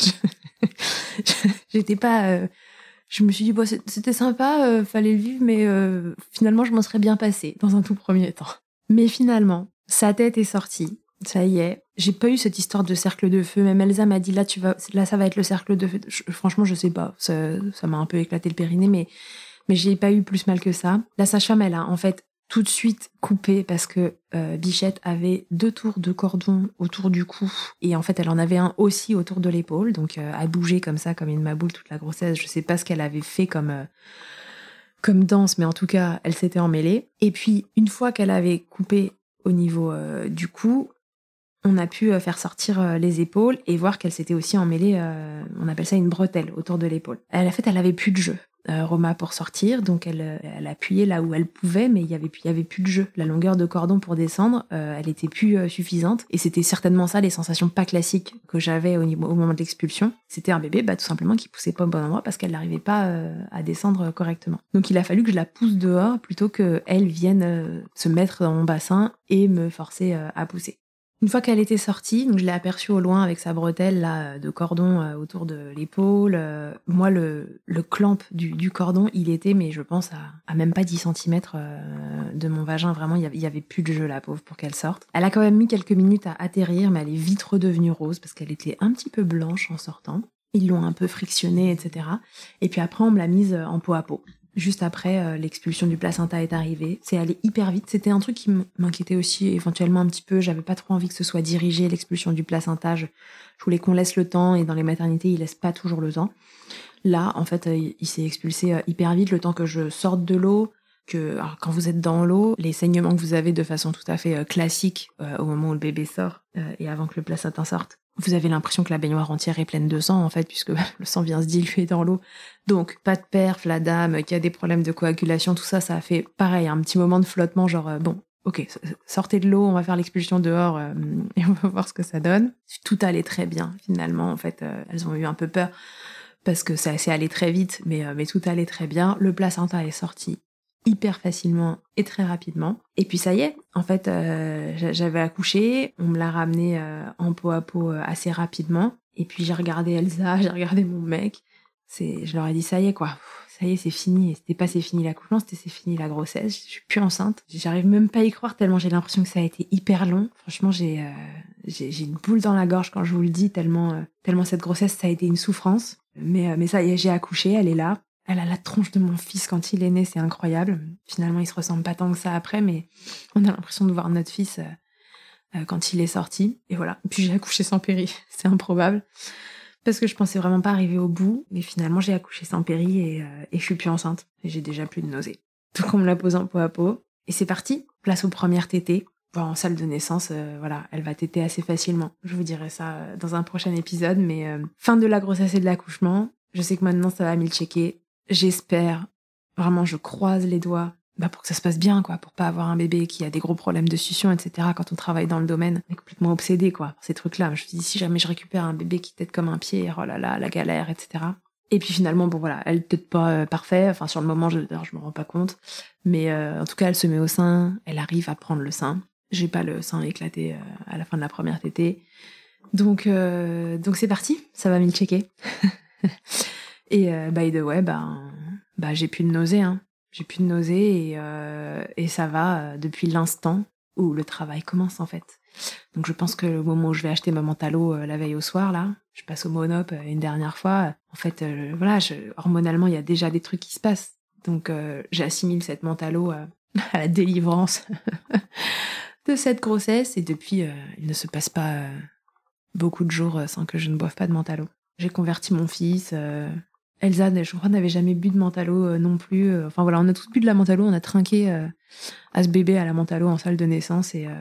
J'étais pas... Euh, je me suis dit, bon, c'était sympa, euh, fallait le vivre, mais euh, finalement, je m'en serais bien passée dans un tout premier temps. Mais finalement, sa tête est sortie. Ça y est, j'ai pas eu cette histoire de cercle de feu. Même Elsa m'a dit là, tu vas, là, ça va être le cercle de feu. Je, franchement, je sais pas. Ça, ça m'a un peu éclaté le périnée, mais mais j'ai pas eu plus mal que ça. La sage-femme, elle a en fait tout de suite coupé parce que euh, Bichette avait deux tours de cordon autour du cou et en fait, elle en avait un aussi autour de l'épaule. Donc, euh, elle bougeait comme ça, comme une maboule toute la grossesse. Je sais pas ce qu'elle avait fait comme euh, comme danse, mais en tout cas, elle s'était emmêlée. Et puis, une fois qu'elle avait coupé au niveau euh, du cou, on a pu faire sortir les épaules et voir qu'elle s'était aussi emmêlée, euh, on appelle ça une bretelle, autour de l'épaule. Elle, en fait, elle avait plus de jeu, euh, Roma, pour sortir, donc elle, elle appuyait là où elle pouvait, mais il y avait, il y avait plus de jeu. La longueur de cordon pour descendre, euh, elle était plus euh, suffisante, et c'était certainement ça, les sensations pas classiques que j'avais au, niveau, au moment de l'expulsion. C'était un bébé, bah, tout simplement, qui poussait pas au bon endroit parce qu'elle n'arrivait pas euh, à descendre correctement. Donc il a fallu que je la pousse dehors plutôt qu'elle vienne euh, se mettre dans mon bassin et me forcer euh, à pousser. Une fois qu'elle était sortie, donc je l'ai aperçue au loin avec sa bretelle là, de cordon euh, autour de l'épaule. Euh, moi, le, le clamp du, du cordon, il était, mais je pense, à, à même pas dix centimètres euh, de mon vagin. Vraiment, il y avait, il y avait plus de jeu, la pauvre, pour qu'elle sorte. Elle a quand même mis quelques minutes à atterrir, mais elle est vite redevenue rose parce qu'elle était un petit peu blanche en sortant. Ils l'ont un peu frictionnée, et cetera. Et puis après, on me l'a mise en peau à peau. Juste après, euh, l'expulsion du placenta est arrivée. C'est allé hyper vite. C'était un truc qui m'inquiétait aussi éventuellement un petit peu. J'avais pas trop envie que ce soit dirigé, l'expulsion du placenta. Je, je voulais qu'on laisse le temps, et dans les maternités, ils laissent pas toujours le temps. Là, en fait, euh, il, il s'est expulsé euh, hyper vite, le temps que je sorte de l'eau, que alors, quand vous êtes dans l'eau, les saignements que vous avez de façon tout à fait euh, classique euh, au moment où le bébé sort euh, et avant que le placenta sorte, vous avez l'impression que la baignoire entière est pleine de sang, en fait, puisque le sang vient se diluer dans l'eau. Donc, pas de perf, la dame qui a des problèmes de coagulation, tout ça, ça a fait pareil, un petit moment de flottement, genre, euh, bon, ok, sortez de l'eau, on va faire l'expulsion dehors euh, et on va voir ce que ça donne. Tout allait très bien, finalement, en fait, euh, elles ont eu un peu peur parce que ça s'est allé très vite, mais, euh, mais tout allait très bien. Le placenta est sorti hyper facilement et très rapidement. Et puis ça y est, en fait, euh, j'avais accouché, on me l'a ramené euh, en peau à peau euh, assez rapidement. Et puis j'ai regardé Elsa, j'ai regardé mon mec. C'est, je leur ai dit, ça y est quoi, ça y est, c'est fini. Et c'était pas c'est fini l'accouchement, c'était c'est fini la grossesse. Je suis plus enceinte. J'arrive même pas à y croire tellement j'ai l'impression que ça a été hyper long. Franchement, j'ai, euh, j'ai, j'ai une boule dans la gorge quand je vous le dis, tellement, euh, tellement cette grossesse, ça a été une souffrance. Mais, euh, mais ça y est, j'ai accouché, elle est là. Elle a la tronche de mon fils quand il est né, c'est incroyable. Finalement, il se ressemble pas tant que ça après, mais on a l'impression de voir notre fils euh, euh, quand il est sorti. Et voilà. Et puis j'ai accouché sans péri, c'est improbable. Parce que je pensais vraiment pas arriver au bout, mais finalement j'ai accouché sans péri et, euh, et je suis plus enceinte. Et j'ai déjà plus de nausées. Donc on me l'a posé en peau à peau. Et c'est parti, place aux premières tétées. Bon, en salle de naissance, euh, voilà, elle va téter assez facilement. Je vous dirai ça dans un prochain épisode, mais euh, fin de la grossesse et de l'accouchement. Je sais que maintenant ça va milchecker. J'espère vraiment je croise les doigts bah pour que ça se passe bien, quoi, pour pas avoir un bébé qui a des gros problèmes de succion, et cetera. Quand on travaille dans le domaine, on est complètement obsédé, quoi, par ces trucs-là. Je me dis, si jamais je récupère un bébé qui tète comme un pied, oh là là, la galère, et cetera. Et puis finalement, bon voilà, elle tète pas euh, parfait. Enfin, sur le moment, je, je me rends pas compte. Mais euh, en tout cas, elle se met au sein, elle arrive à prendre le sein. J'ai pas le sein éclaté euh, à la fin de la première tétée. Donc, euh, donc c'est parti, ça va milchecker. Et euh, by the way, bah, bah, j'ai plus de nausée, hein. J'ai plus de nausée et, euh, et ça va euh, depuis l'instant où le travail commence, en fait. Donc je pense que le moment où je vais acheter ma Mentalo euh, la veille au soir, là, je passe au Monop euh, une dernière fois. Euh, en fait, euh, voilà, je, hormonalement, il y a déjà des trucs qui se passent. Donc euh, j'assimile cette Mentalo euh, à la délivrance de cette grossesse. Et depuis, euh, il ne se passe pas euh, beaucoup de jours sans que je ne boive pas de Mentalo. J'ai converti mon fils... Euh, Elsa, je crois, n'avait jamais bu de Mentalo euh, non plus. Euh, enfin voilà, on a tous bu de la Mentalo, on a trinqué euh, à ce bébé à la Mentalo en salle de naissance et, euh,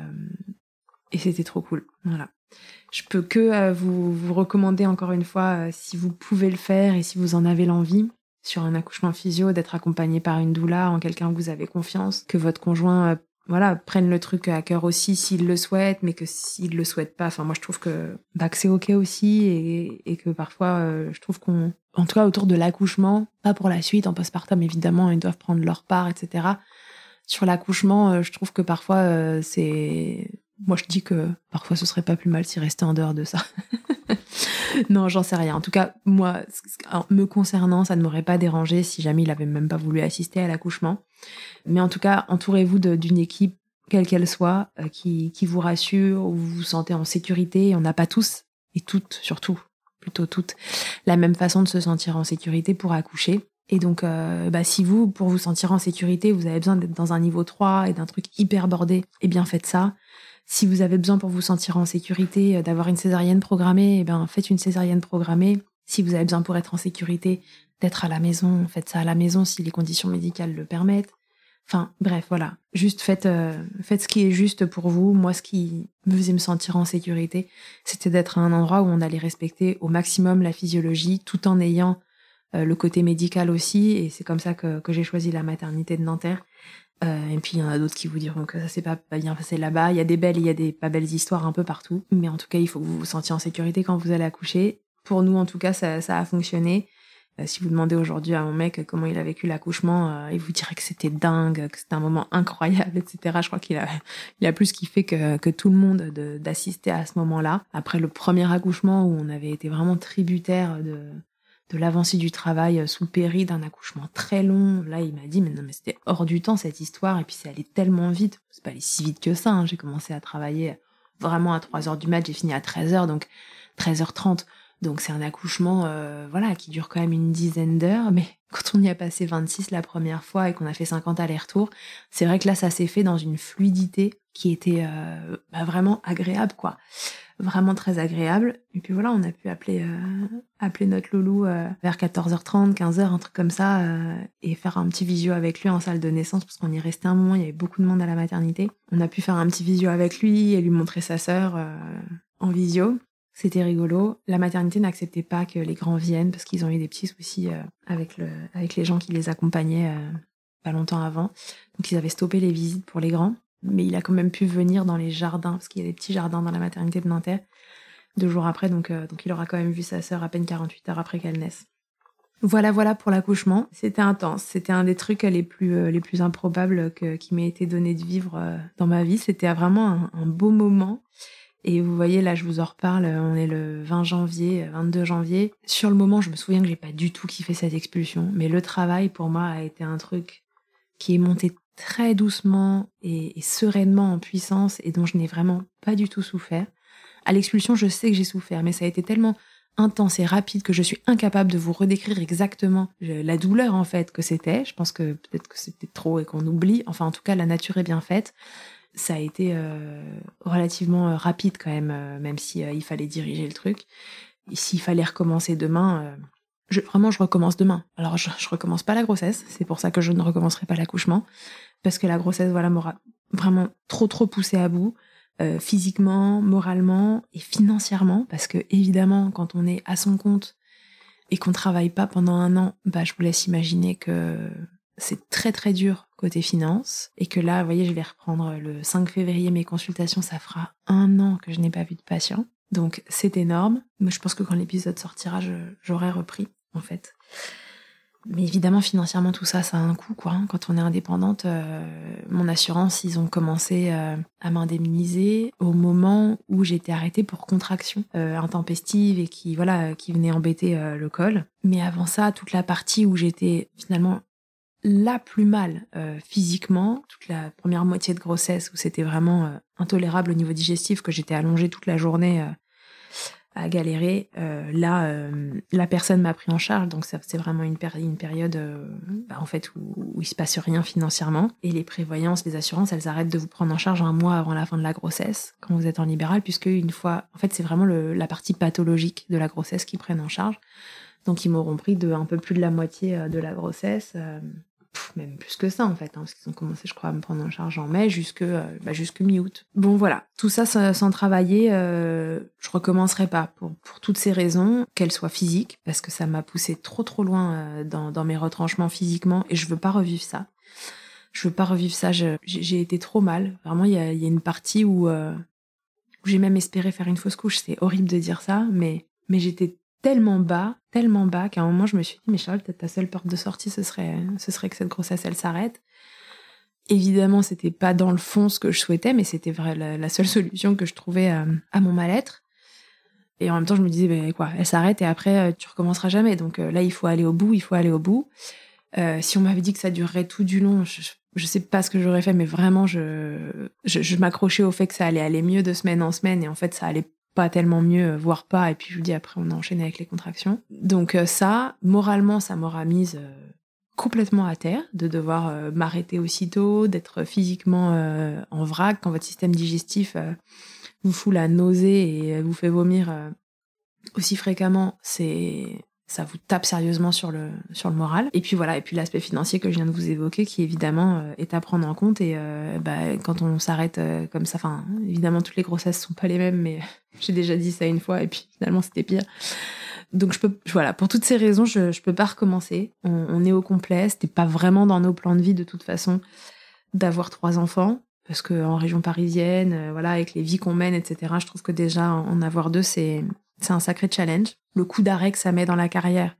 et c'était trop cool. Voilà. Je peux que euh, vous, vous recommander encore une fois, euh, si vous pouvez le faire et si vous en avez l'envie, sur un accouchement physio, d'être accompagné par une doula, en quelqu'un que vous avez confiance, que votre conjoint... Euh, voilà, prenne le truc à cœur aussi s'il le souhaite, mais que s'il le souhaite pas, enfin moi je trouve que, bah, que c'est ok aussi et, et que parfois euh, je trouve qu'on, en tout cas autour de l'accouchement, pas pour la suite, en postpartum évidemment, ils doivent prendre leur part, et cetera. Sur l'accouchement, euh, je trouve que parfois euh, c'est... Moi je dis que parfois ce serait pas plus mal s'il restait en dehors de ça. Non, j'en sais rien. En tout cas, moi, me concernant, ça ne m'aurait pas dérangé si jamais il avait même pas voulu assister à l'accouchement. Mais en tout cas, entourez-vous de, d'une équipe, quelle qu'elle soit, euh, qui, qui vous rassure, où vous vous sentez en sécurité. On n'a pas tous, et toutes surtout, plutôt toutes, la même façon de se sentir en sécurité pour accoucher. Et donc, euh, bah, si vous, pour vous sentir en sécurité, vous avez besoin d'être dans un niveau trois et d'un truc hyper bordé, eh bien faites ça. Si vous avez besoin pour vous sentir en sécurité d'avoir une césarienne programmée, eh ben faites une césarienne programmée. Si vous avez besoin pour être en sécurité d'être à la maison, faites ça à la maison si les conditions médicales le permettent. Enfin bref, voilà. Juste faites, euh, faites ce qui est juste pour vous. Moi, ce qui me faisait me sentir en sécurité, c'était d'être à un endroit où on allait respecter au maximum la physiologie, tout en ayant euh, le côté médical aussi. Et c'est comme ça que, que j'ai choisi la maternité de Nanterre. Euh, et puis il y en a d'autres qui vous diront que ça s'est pas, pas bien passé là-bas. Il y a des belles et il y a des pas belles histoires un peu partout. Mais en tout cas, il faut que vous vous sentiez en sécurité quand vous allez accoucher. Pour nous, en tout cas, ça, ça a fonctionné. Euh, si vous demandez aujourd'hui à mon mec comment il a vécu l'accouchement, euh, il vous dirait que c'était dingue, que c'était un moment incroyable, et cetera. Je crois qu'il a, il a plus kiffé que, que tout le monde de, d'assister à ce moment-là. Après le premier accouchement où on avait été vraiment tributaire de... de l'avancée du travail sous le péri d'un accouchement très long. Là, il m'a dit, mais non, mais c'était hors du temps, cette histoire, et puis c'est allé tellement vite. C'est pas allé si vite que ça, hein. J'ai commencé à travailler vraiment à trois heures du mat', j'ai fini à treize heures, donc treize heures trente. Donc c'est un accouchement, euh, voilà, qui dure quand même une dizaine d'heures, mais quand on y a passé vingt-six la première fois et qu'on a fait cinquante allers-retours, c'est vrai que là, ça s'est fait dans une fluidité qui était euh, bah, vraiment agréable, quoi. Vraiment très agréable. Et puis voilà, on a pu appeler euh, appeler notre loulou euh, vers quatorze heures trente, quinze heures, un truc comme ça, euh, et faire un petit visio avec lui en salle de naissance, parce qu'on y restait un moment, il y avait beaucoup de monde à la maternité. On a pu faire un petit visio avec lui et lui montrer sa sœur euh, en visio. C'était rigolo. La maternité n'acceptait pas que les grands viennent, parce qu'ils ont eu des petits soucis euh, avec, le, avec les gens qui les accompagnaient euh, pas longtemps avant. Donc ils avaient stoppé les visites pour les grands. Mais il a quand même pu venir dans les jardins, parce qu'il y a des petits jardins dans la maternité de Nanterre, deux jours après, donc, euh, donc il aura quand même vu sa sœur à peine quarante-huit heures après qu'elle naisse. Voilà, voilà pour l'accouchement. C'était intense, c'était un des trucs les plus, euh, les plus improbables que, qui m'ait été donné de vivre euh, dans ma vie. C'était vraiment un, un beau moment. Et vous voyez, là, je vous en reparle, on est le vingt janvier, vingt-deux janvier. Sur le moment, je me souviens que j'ai pas du tout kiffé cette expulsion, mais le travail, pour moi, a été un truc qui est monté très doucement et, et sereinement en puissance et dont je n'ai vraiment pas du tout souffert. À l'expulsion, je sais que j'ai souffert, mais ça a été tellement intense et rapide que je suis incapable de vous redécrire exactement la douleur, en fait, que c'était. Je pense que peut-être que c'était trop et qu'on oublie. Enfin, en tout cas, la nature est bien faite. Ça a été euh, relativement rapide quand même, euh, même si euh, il fallait diriger le truc. Et s'il fallait recommencer demain... Euh, Je, vraiment, je recommence demain. Alors, je, je recommence pas la grossesse. C'est pour ça que je ne recommencerai pas l'accouchement. Parce que la grossesse, voilà, m'aura vraiment trop, trop poussée à bout. Euh, physiquement, moralement et financièrement. Parce que, évidemment, quand on est à son compte et qu'on travaille pas pendant un an, bah, je vous laisse imaginer que c'est très très dur côté finance et que là, vous voyez, je vais reprendre le cinq février mes consultations, ça fera un an que je n'ai pas vu de patient. Donc c'est énorme, mais je pense que quand l'épisode sortira, je, j'aurai repris en fait. Mais évidemment, financièrement, tout ça, ça a un coût, quoi. Quand on est indépendante, euh, mon assurance, ils ont commencé euh, à m'indemniser au moment où j'étais arrêtée pour contraction euh, intempestive et qui, voilà, qui venait embêter euh, le col. Mais avant ça, toute la partie où j'étais finalement la plus mal euh, physiquement, toute la première moitié de grossesse où c'était vraiment euh, intolérable au niveau digestif, que j'étais allongée toute la journée euh, à galérer, euh, là euh, la personne m'a pris en charge, donc ça, c'est vraiment une, péri- une période euh, bah, en fait où, où il se passe rien financièrement, et les prévoyances, les assurances, elles arrêtent de vous prendre en charge un mois avant la fin de la grossesse quand vous êtes en libéral, puisque une fois, en fait c'est vraiment le, la partie pathologique de la grossesse qu'ils prennent en charge, donc ils m'auront pris de un peu plus de la moitié de la grossesse, euh, pff, même plus que ça en fait, hein, parce qu'ils ont commencé je crois à me prendre en charge en mai jusque, euh, bah, jusque mi-août. Bon voilà, tout ça sans, sans travailler, euh, je recommencerai pas pour, pour toutes ces raisons, qu'elles soient physiques, parce que ça m'a poussé trop trop loin euh, dans, dans mes retranchements physiquement et je veux pas revivre ça. Je veux pas revivre ça, je, j'ai, j'ai été trop mal. Vraiment, il y a, y a une partie où, euh, où j'ai même espéré faire une fausse couche, c'est horrible de dire ça, mais, mais j'étais tellement bas, tellement bas qu'à un moment je me suis dit mais Charlotte, peut-être ta seule porte de sortie ce serait, ce serait que cette grossesse elle s'arrête. Évidemment c'était pas dans le fond ce que je souhaitais, mais c'était vrai, la, la seule solution que je trouvais à, à mon mal-être. Et en même temps je me disais ben quoi, elle s'arrête et après tu recommenceras jamais, donc euh, là il faut aller au bout, il faut aller au bout. Euh, si on m'avait dit que ça durerait tout du long, je, je sais pas ce que j'aurais fait, mais vraiment je, je, je m'accrochais au fait que ça allait aller mieux de semaine en semaine, et en fait ça allait pas tellement mieux, voire pas, et puis je vous dis après on a enchaîné avec les contractions. Donc euh, ça, moralement, ça m'aura mise euh, complètement à terre, de devoir euh, m'arrêter aussitôt, d'être physiquement euh, en vrac, quand votre système digestif euh, vous fout la nausée et vous fait vomir euh, aussi fréquemment, c'est... ça vous tape sérieusement sur le, sur le moral. Et puis voilà, et puis l'aspect financier que je viens de vous évoquer, qui évidemment euh, est à prendre en compte. Et euh, bah, quand on s'arrête euh, comme ça, enfin, évidemment, toutes les grossesses sont pas les mêmes, mais j'ai déjà dit ça une fois, et puis finalement, c'était pire. Donc je peux, voilà, pour toutes ces raisons, je, je peux pas recommencer. On, on est au complet, c'était pas vraiment dans nos plans de vie, de toute façon, d'avoir trois enfants. Parce qu'en région parisienne, euh, voilà, avec les vies qu'on mène, et cetera, je trouve que déjà, en avoir deux, c'est... c'est un sacré challenge. Le coup d'arrêt que ça met dans la carrière,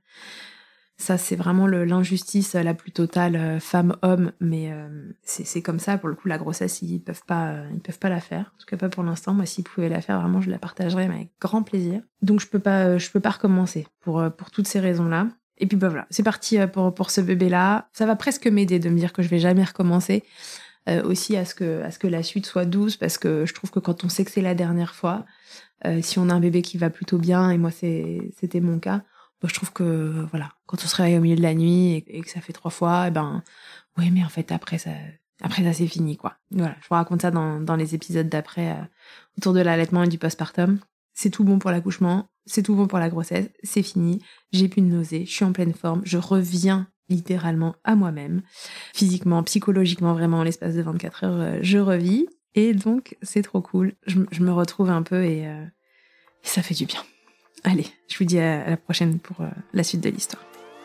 ça c'est vraiment le, l'injustice la plus totale, euh, femme-homme, mais euh, c'est, c'est comme ça. Pour le coup, la grossesse, ils peuvent pas, euh, ils peuvent pas la faire. En tout cas pas pour l'instant. Moi, s'ils pouvaient la faire, vraiment, je la partagerais, mais avec grand plaisir. Donc je peux pas, euh, je peux pas recommencer pour euh, pour toutes ces raisons-là. Et puis bah voilà, c'est parti euh, pour pour ce bébé-là. Ça va presque m'aider de me dire que je vais jamais recommencer. Euh, aussi à ce que à ce que la suite soit douce, parce que je trouve que quand on sait que c'est la dernière fois, Euh, si on a un bébé qui va plutôt bien, et moi c'est, c'était mon cas, bah, je trouve que voilà, quand on se réveille au milieu de la nuit et, et que ça fait trois fois, et ben oui, mais en fait après ça, après ça c'est fini quoi. Voilà, je vous raconte ça dans, dans les épisodes d'après euh, autour de l'allaitement et du postpartum. C'est tout bon pour l'accouchement, c'est tout bon pour la grossesse, c'est fini, j'ai plus de nausées, je suis en pleine forme, je reviens littéralement à moi-même, physiquement, psychologiquement, vraiment en l'espace de vingt-quatre heures, euh, je revis. Et donc, c'est trop cool. Je, je me retrouve un peu et, euh, et ça fait du bien. Allez, je vous dis à, à la prochaine pour euh, la suite de l'histoire.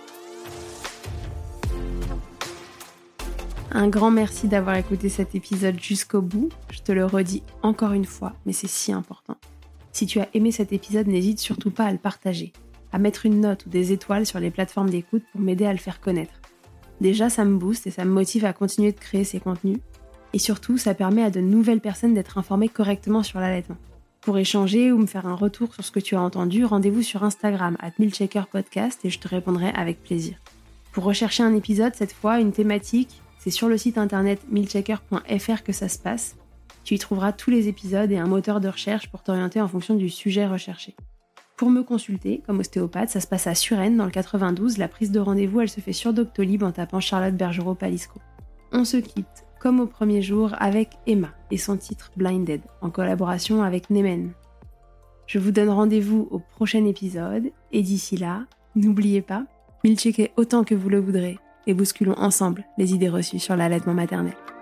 Un grand merci d'avoir écouté cet épisode jusqu'au bout. Je te le redis encore une fois, mais c'est si important. Si tu as aimé cet épisode, n'hésite surtout pas à le partager, à mettre une note ou des étoiles sur les plateformes d'écoute pour m'aider à le faire connaître. Déjà, ça me booste et ça me motive à continuer de créer ces contenus. Et surtout, ça permet à de nouvelles personnes d'être informées correctement sur l'allaitement. Pour échanger ou me faire un retour sur ce que tu as entendu, rendez-vous sur Instagram arobase milchchaker-podcast et je te répondrai avec plaisir. Pour rechercher un épisode, cette fois, une thématique, c'est sur le site internet milchchaker point f r que ça se passe. Tu y trouveras tous les épisodes et un moteur de recherche pour t'orienter en fonction du sujet recherché. Pour me consulter, comme ostéopathe, ça se passe à Suresnes, dans le quatre-vingt-douze. La prise de rendez-vous, elle se fait sur Doctolib en tapant Charlotte Bergerot-Palisco. On se quitte comme au premier jour avec Emma et son titre Blinded, en collaboration avec Nemen. Je vous donne rendez-vous au prochain épisode, et d'ici là, n'oubliez pas, milcheckez autant que vous le voudrez, et bousculons ensemble les idées reçues sur l'allaitement maternel.